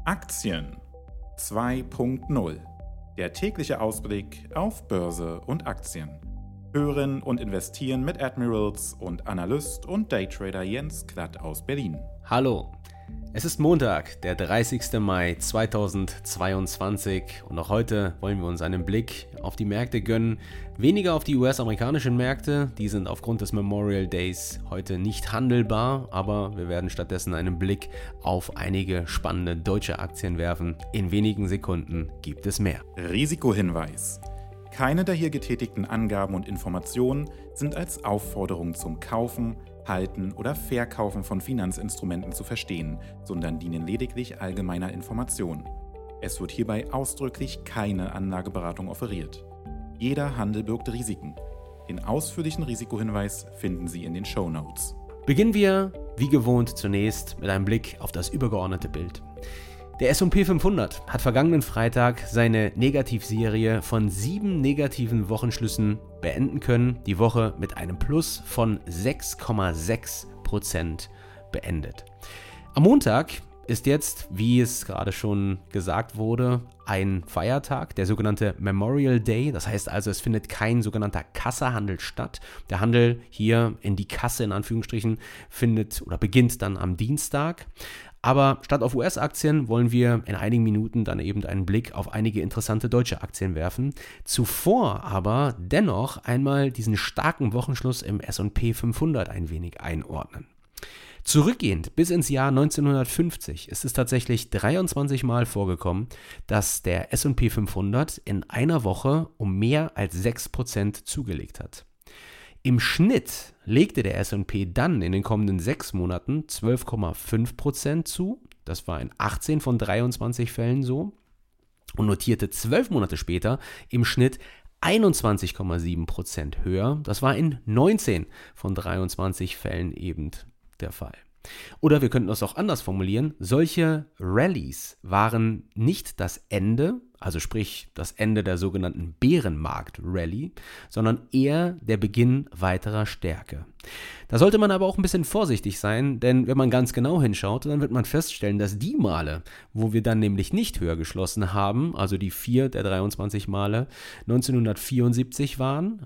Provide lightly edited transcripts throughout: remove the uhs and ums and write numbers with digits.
Aktien 2.0. Der tägliche Ausblick auf Börse und Aktien. Hören und investieren mit Admirals und Analyst und Daytrader Jens Klatt aus Berlin. Hallo, es ist Montag, der 30. Mai 2022 und auch heute wollen wir uns einen Blick auf die Märkte gönnen. Weniger auf die US-amerikanischen Märkte, die sind aufgrund des Memorial Days heute nicht handelbar, aber wir werden stattdessen einen Blick auf einige spannende deutsche Aktien werfen. In wenigen Sekunden gibt es mehr. Risikohinweis. Keine der hier getätigten Angaben und Informationen sind als Aufforderung zum Kaufen, Halten oder Verkaufen von Finanzinstrumenten zu verstehen, sondern dienen lediglich allgemeiner Information. Es wird hierbei ausdrücklich keine Anlageberatung offeriert. Jeder Handel birgt Risiken. Den ausführlichen Risikohinweis finden Sie in den Shownotes. Beginnen wir, wie gewohnt, zunächst mit einem Blick auf das übergeordnete Bild. Der S&P 500 hat vergangenen Freitag seine Negativserie von 7 negativen Wochenschlüssen beenden können, die Woche mit einem Plus von 6,6% beendet. Am Montag ist jetzt, wie es gerade schon gesagt wurde, ein Feiertag, der sogenannte Memorial Day. Das heißt also, es findet kein sogenannter Kassahandel statt. Der Handel hier in die Kasse in Anführungsstrichen beginnt dann am Dienstag. Aber statt auf US-Aktien wollen wir in einigen Minuten dann eben einen Blick auf einige interessante deutsche Aktien werfen. Zuvor aber dennoch einmal diesen starken Wochenschluss im S&P 500 ein wenig einordnen. Zurückgehend bis ins Jahr 1950 ist es tatsächlich 23 Mal vorgekommen, dass der S&P 500 in einer Woche um mehr als 6% zugelegt hat. Im Schnitt legte der S&P dann in den kommenden 6 Monaten 12,5% zu, das war in 18 von 23 Fällen so, und notierte 12 Monate später im Schnitt 21,7% höher, das war in 19 von 23 Fällen eben der Fall. Oder wir könnten es auch anders formulieren, solche Rallyes waren nicht das Ende, also sprich das Ende der sogenannten Bärenmarkt-Rallye, sondern eher der Beginn weiterer Stärke. Da sollte man aber auch ein bisschen vorsichtig sein, denn wenn man ganz genau hinschaut, dann wird man feststellen, dass die Male, wo wir dann nämlich nicht höher geschlossen haben, also die 4 der 23 Male, 1974 waren,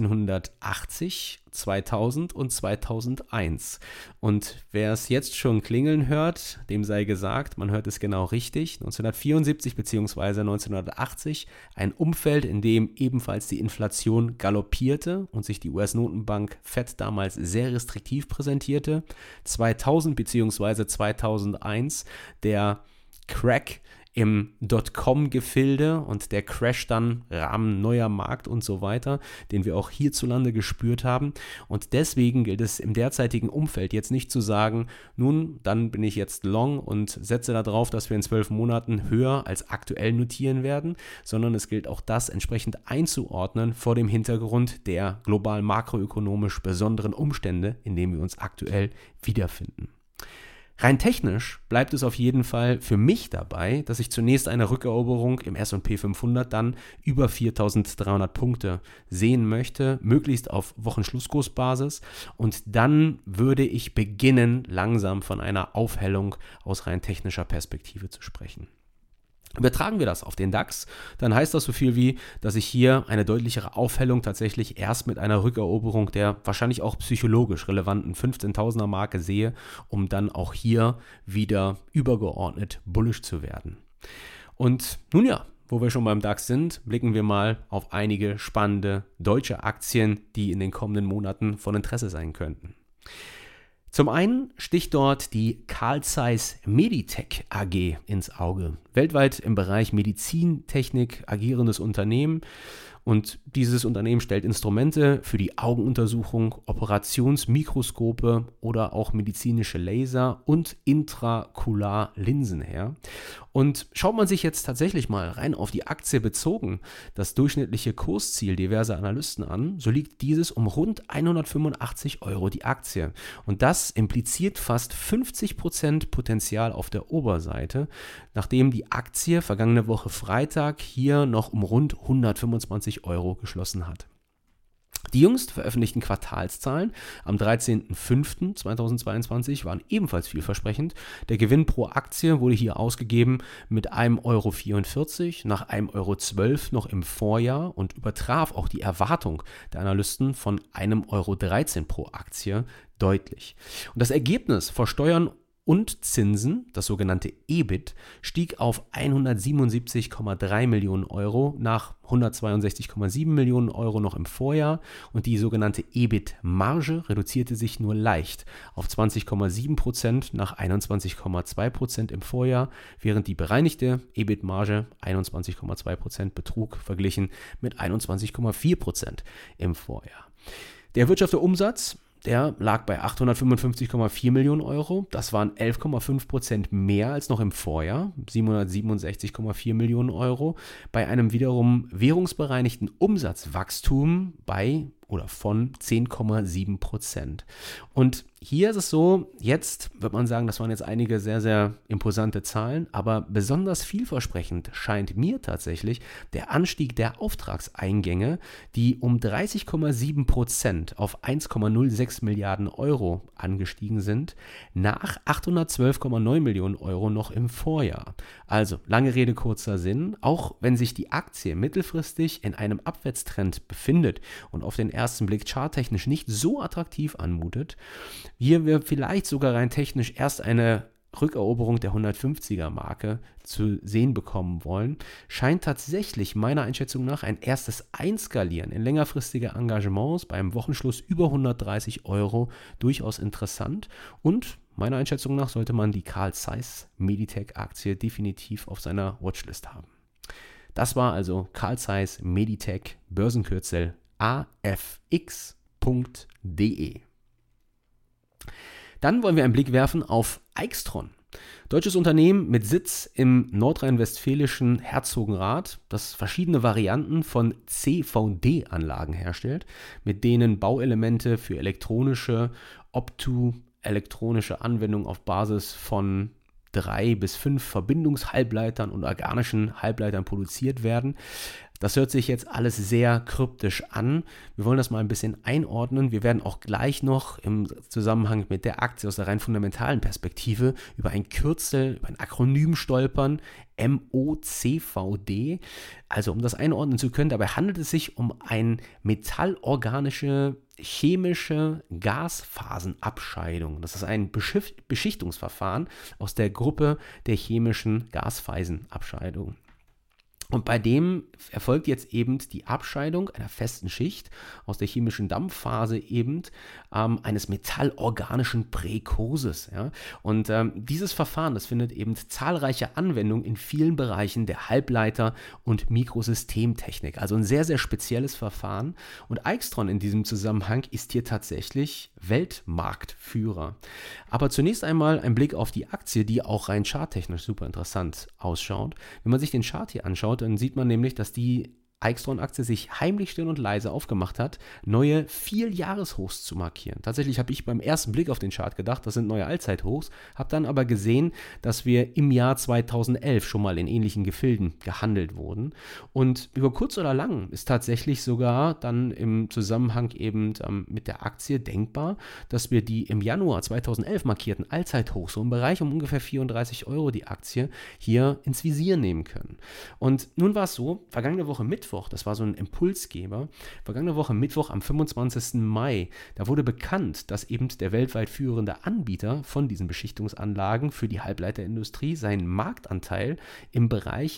1980, 2000 und 2001. Und wer es jetzt schon klingeln hört, dem sei gesagt, man hört es genau richtig, 1974 bzw. 1980, ein Umfeld, in dem ebenfalls die Inflation galoppierte und sich die US-Notenbank Fed damals sehr restriktiv präsentierte. 2000 bzw. 2001 der Crack im Dotcom-Gefilde und der Crash dann Rahmen neuer Markt und so weiter, den wir auch hierzulande gespürt haben. Und deswegen gilt es im derzeitigen Umfeld jetzt nicht zu sagen, nun, dann bin ich jetzt long und setze darauf, dass wir in 12 Monaten höher als aktuell notieren werden, sondern es gilt auch das entsprechend einzuordnen vor dem Hintergrund der global makroökonomisch besonderen Umstände, in denen wir uns aktuell wiederfinden. Rein technisch bleibt es auf jeden Fall für mich dabei, dass ich zunächst eine Rückeroberung im S&P 500 dann über 4.300 Punkte sehen möchte, möglichst auf Wochenschlusskursbasis, und dann würde ich beginnen, langsam von einer Aufhellung aus rein technischer Perspektive zu sprechen. Übertragen wir das auf den DAX, dann heißt das so viel wie, dass ich hier eine deutlichere Aufhellung tatsächlich erst mit einer Rückeroberung der wahrscheinlich auch psychologisch relevanten 15.000er Marke sehe, um dann auch hier wieder übergeordnet bullish zu werden. Und nun ja, wo wir schon beim DAX sind, blicken wir mal auf einige spannende deutsche Aktien, die in den kommenden Monaten von Interesse sein könnten. Zum einen sticht dort die Carl Zeiss Meditec AG ins Auge. Weltweit im Bereich Medizintechnik agierendes Unternehmen. Und dieses Unternehmen stellt Instrumente für die Augenuntersuchung, Operationsmikroskope oder auch medizinische Laser und Intrakularlinsen her. Und schaut man sich jetzt tatsächlich mal rein auf die Aktie bezogen das durchschnittliche Kursziel diverser Analysten an, so liegt dieses um rund 185 € die Aktie. Und das impliziert fast 50% Potenzial auf der Oberseite, nachdem die Aktie vergangene Woche Freitag hier noch um rund 125 € geschlossen hat. Die jüngst veröffentlichten Quartalszahlen am 13.05.2022 waren ebenfalls vielversprechend. Der Gewinn pro Aktie wurde hier ausgegeben mit 1,44 € nach 1,12 € noch im Vorjahr und übertraf auch die Erwartung der Analysten von 1,13 € pro Aktie deutlich. Und das Ergebnis vor Steuern und Zinsen, das sogenannte EBIT, stieg auf 177,3 Millionen € nach 162,7 Millionen € noch im Vorjahr und die sogenannte EBIT-Marge reduzierte sich nur leicht auf 20,7% nach 21,2% im Vorjahr, während die bereinigte EBIT-Marge 21,2% betrug, verglichen mit 21,4% im Vorjahr. Der Wirtschaftsumsatz, der lag bei 855,4 Millionen €. Das waren 11,5% mehr als noch im Vorjahr, 767,4 Millionen €, bei einem wiederum währungsbereinigten Umsatzwachstum von 10,7%. Und hier ist es so, jetzt wird man sagen, das waren jetzt einige sehr, sehr imposante Zahlen, aber besonders vielversprechend scheint mir tatsächlich der Anstieg der Auftragseingänge, die um 30,7% auf 1,06 Milliarden € angestiegen sind, nach 812,9 Millionen € noch im Vorjahr. Also, lange Rede, kurzer Sinn, auch wenn sich die Aktie mittelfristig in einem Abwärtstrend befindet und auf den ersten Blick charttechnisch nicht so attraktiv anmutet, hier wir vielleicht sogar rein technisch erst eine Rückeroberung der 150er-Marke zu sehen bekommen wollen, scheint tatsächlich meiner Einschätzung nach ein erstes Einskalieren in längerfristige Engagements beim Wochenschluss über 130 € durchaus interessant und meiner Einschätzung nach sollte man die Carl Zeiss Meditec-Aktie definitiv auf seiner Watchlist haben. Das war also Carl Zeiss Meditec, Börsenkürzel afx.de. Dann wollen wir einen Blick werfen auf Aixtron. Deutsches Unternehmen mit Sitz im nordrhein-westfälischen Herzogenrath, das verschiedene Varianten von CVD-Anlagen herstellt, mit denen Bauelemente für elektronische, optoelektronische Anwendungen auf Basis von 3 bis 5 Verbindungshalbleitern und organischen Halbleitern produziert werden. Das hört sich jetzt alles sehr kryptisch an. Wir wollen das mal ein bisschen einordnen. Wir werden auch gleich noch im Zusammenhang mit der Aktie aus der rein fundamentalen Perspektive über ein Kürzel, über ein Akronym stolpern, MOCVD. Also um das einordnen zu können, dabei handelt es sich um eine metallorganische chemische Gasphasenabscheidung. Das ist ein Beschichtungsverfahren aus der Gruppe der chemischen Gasphasenabscheidung. Und bei dem erfolgt jetzt eben die Abscheidung einer festen Schicht aus der chemischen Dampfphase eben eines metallorganischen Präkurses. Ja? Und dieses Verfahren, das findet eben zahlreiche Anwendungen in vielen Bereichen der Halbleiter- und Mikrosystemtechnik. Also ein sehr, sehr spezielles Verfahren. Und Aixtron in diesem Zusammenhang ist hier tatsächlich Weltmarktführer. Aber zunächst einmal ein Blick auf die Aktie, die auch rein charttechnisch super interessant ausschaut. Wenn man sich den Chart hier anschaut, dann sieht man nämlich, dass die Aixtron-Aktie sich heimlich still und leise aufgemacht hat, neue 4-Jahres-Hochs zu markieren. Tatsächlich habe ich beim ersten Blick auf den Chart gedacht, das sind neue Allzeithochs, habe dann aber gesehen, dass wir im Jahr 2011 schon mal in ähnlichen Gefilden gehandelt wurden. Und über kurz oder lang ist tatsächlich sogar dann im Zusammenhang eben mit der Aktie denkbar, dass wir die im Januar 2011 markierten Allzeithochs so im Bereich um ungefähr 34 € die Aktie hier ins Visier nehmen können. Und nun war es so, vergangene Woche Mittwoch, das war so ein Impulsgeber, vergangene Woche Mittwoch am 25. Mai, da wurde bekannt, dass eben der weltweit führende Anbieter von diesen Beschichtungsanlagen für die Halbleiterindustrie seinen Marktanteil im Bereich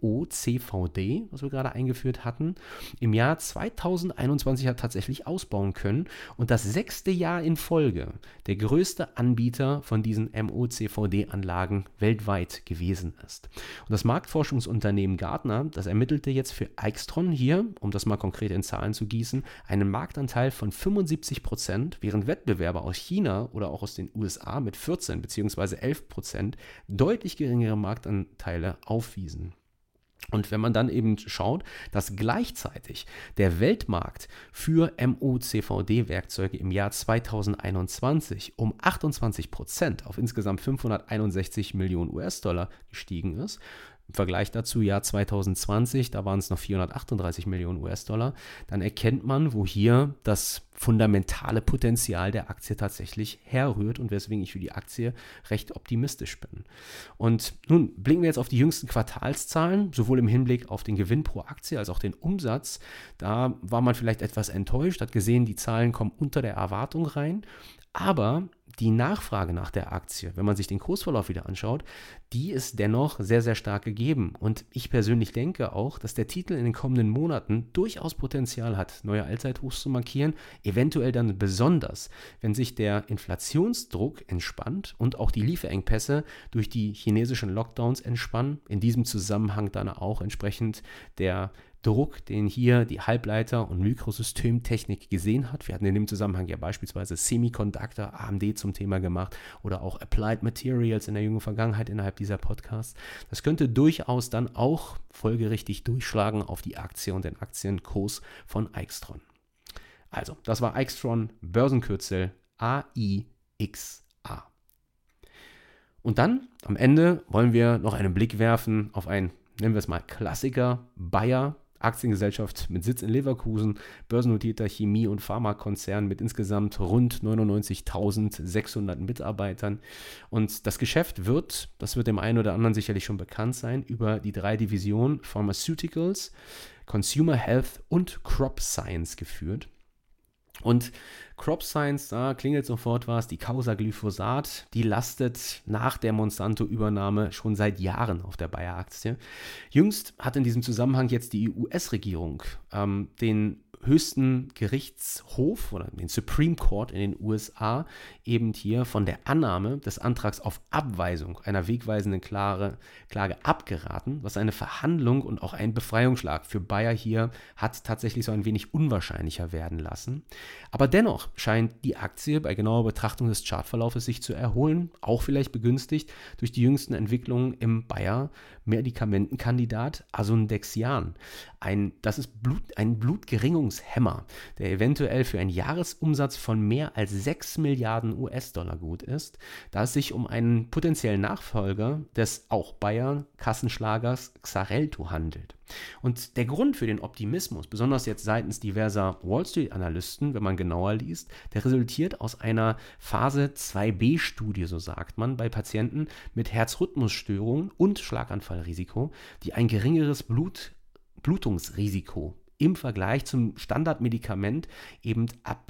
MOCVD, was wir gerade eingeführt hatten, im Jahr 2021 hat tatsächlich ausbauen können und das 6. Jahr in Folge der größte Anbieter von diesen MOCVD-Anlagen weltweit gewesen ist. Und das Marktforschungsunternehmen Gartner, das ermittelte jetzt für Aixtron hier, um das mal konkret in Zahlen zu gießen, einen Marktanteil von 75%, während Wettbewerber aus China oder auch aus den USA mit 14 bzw. 11% deutlich geringere Marktanteile aufwiesen. Und wenn man dann eben schaut, dass gleichzeitig der Weltmarkt für MOCVD-Werkzeuge im Jahr 2021 um 28% auf insgesamt 561 Millionen US-Dollar gestiegen ist, im Vergleich dazu Jahr 2020, da waren es noch 438 Millionen US-Dollar, dann erkennt man, wo hier das fundamentale Potenzial der Aktie tatsächlich herrührt und weswegen ich für die Aktie recht optimistisch bin. Und nun blicken wir jetzt auf die jüngsten Quartalszahlen, sowohl im Hinblick auf den Gewinn pro Aktie als auch den Umsatz. Da war man vielleicht etwas enttäuscht, hat gesehen, die Zahlen kommen unter der Erwartung rein, aber die Nachfrage nach der Aktie, wenn man sich den Kursverlauf wieder anschaut, die ist dennoch sehr, sehr stark gegeben. Und ich persönlich denke auch, dass der Titel in den kommenden Monaten durchaus Potenzial hat, neue Allzeithochs zu markieren, eventuell dann besonders, wenn sich der Inflationsdruck entspannt und auch die Lieferengpässe durch die chinesischen Lockdowns entspannen. In diesem Zusammenhang dann auch entsprechend der Druck, den hier die Halbleiter- und Mikrosystemtechnik gesehen hat. Wir hatten in dem Zusammenhang ja beispielsweise Semiconductor, AMD zum Thema gemacht oder auch Applied Materials in der jungen Vergangenheit innerhalb dieser Podcasts. Das könnte durchaus dann auch folgerichtig durchschlagen auf die Aktie und den Aktienkurs von Aixtron. Also, das war Aixtron, Börsenkürzel AIXA. Und dann am Ende wollen wir noch einen Blick werfen auf einen, nennen wir es mal Klassiker, Bayer, Aktiengesellschaft mit Sitz in Leverkusen, börsennotierter Chemie- und Pharmakonzern mit insgesamt rund 99.600 Mitarbeitern. Und das Geschäft das wird dem einen oder anderen sicherlich schon bekannt sein, über die 3 Divisionen Pharmaceuticals, Consumer Health und Crop Science geführt. Und Crop Science, da klingelt sofort was, die Causa Glyphosat, die lastet nach der Monsanto-Übernahme schon seit Jahren auf der Bayer-Aktie. Jüngst hat in diesem Zusammenhang jetzt die US-Regierung den höchsten Gerichtshof oder den Supreme Court in den USA eben hier von der Annahme des Antrags auf Abweisung einer wegweisenden Klage abgeraten, was eine Verhandlung und auch einen Befreiungsschlag für Bayer hier hat tatsächlich so ein wenig unwahrscheinlicher werden lassen. Aber dennoch scheint die Aktie bei genauer Betrachtung des Chartverlaufes sich zu erholen, auch vielleicht begünstigt durch die jüngsten Entwicklungen im Bayer-Medikamentenkandidat Asundexian. Das ist ein Blutgerinnungshemmer, der eventuell für einen Jahresumsatz von mehr als 6 Milliarden US-Dollar gut ist, da es sich um einen potenziellen Nachfolger des auch Bayer-Kassenschlagers Xarelto handelt. Und der Grund für den Optimismus, besonders jetzt seitens diverser Wall-Street-Analysten, wenn man genauer liest, der resultiert aus einer Phase 2b-Studie, so sagt man, bei Patienten mit Herzrhythmusstörungen und Schlaganfallrisiko, die ein geringeres Blutungsrisiko im Vergleich zum Standardmedikament eben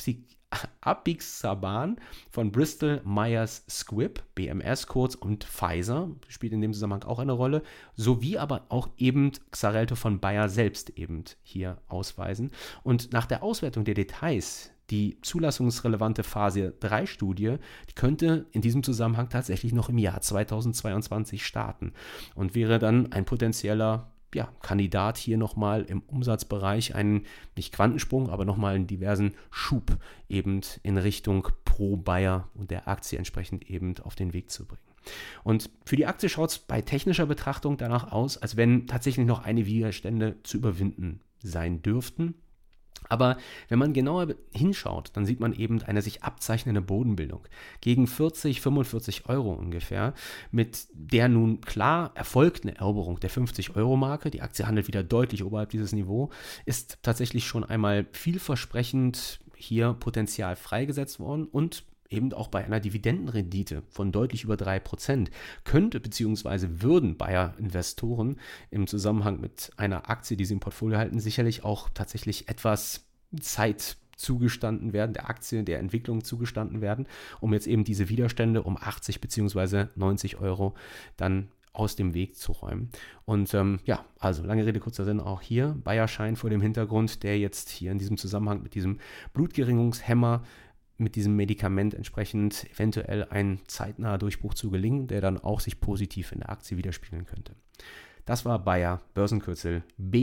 Apixaban von Bristol Myers Squibb, BMS kurz, und Pfizer, spielt in dem Zusammenhang auch eine Rolle, sowie aber auch eben Xarelto von Bayer selbst eben hier ausweisen. Und nach der Auswertung der Details, die zulassungsrelevante Phase 3-Studie, die könnte in diesem Zusammenhang tatsächlich noch im Jahr 2022 starten und wäre dann ein potenzieller Kandidat hier nochmal im Umsatzbereich einen, nicht Quantensprung, aber nochmal einen diversen Schub eben in Richtung pro Bayer und der Aktie entsprechend eben auf den Weg zu bringen. Und für die Aktie schaut es bei technischer Betrachtung danach aus, als wenn tatsächlich noch einige Widerstände zu überwinden sein dürften. Aber wenn man genauer hinschaut, dann sieht man eben eine sich abzeichnende Bodenbildung gegen 40, 45 Euro ungefähr, mit der nun klar erfolgt eine Eroberung der 50-Euro-Marke. Die Aktie handelt wieder deutlich oberhalb dieses Niveau, ist tatsächlich schon einmal vielversprechend hier Potenzial freigesetzt worden und eben auch bei einer Dividendenrendite von deutlich über 3% könnte bzw. würden Bayer-Investoren im Zusammenhang mit einer Aktie, die sie im Portfolio halten, sicherlich auch tatsächlich etwas Zeit zugestanden werden, der Aktie, der Entwicklung zugestanden werden, um jetzt eben diese Widerstände um 80 bzw. 90 Euro dann aus dem Weg zu räumen. Und also lange Rede, kurzer Sinn, auch hier Bayer-Schein vor dem Hintergrund, der jetzt hier in diesem Zusammenhang mit diesem Blutgerinnungshemmer, mit diesem Medikament entsprechend eventuell ein zeitnaher Durchbruch zu gelingen, der dann auch sich positiv in der Aktie widerspiegeln könnte. Das war Bayer, Börsenkürzel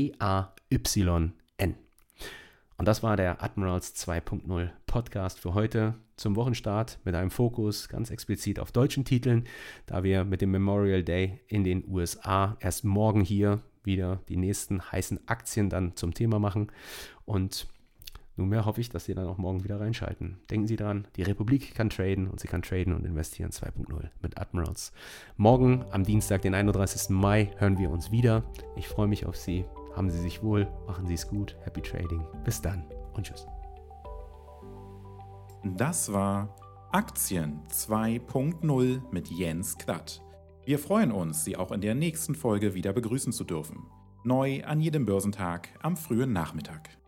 BAYN. Und das war der Admirals 2.0 Podcast für heute zum Wochenstart mit einem Fokus ganz explizit auf deutschen Titeln, da wir mit dem Memorial Day in den USA erst morgen hier wieder die nächsten heißen Aktien dann zum Thema machen. Und Nunmehr hoffe ich, dass Sie dann auch morgen wieder reinschalten. Denken Sie dran, die Republik kann traden und sie kann traden und investieren 2.0 mit Admirals. Morgen, am Dienstag, den 31. Mai, hören wir uns wieder. Ich freue mich auf Sie. Haben Sie sich wohl, machen Sie es gut. Happy Trading. Bis dann und tschüss. Das war Aktien 2.0 mit Jens Klatt. Wir freuen uns, Sie auch in der nächsten Folge wieder begrüßen zu dürfen. Neu an jedem Börsentag am frühen Nachmittag.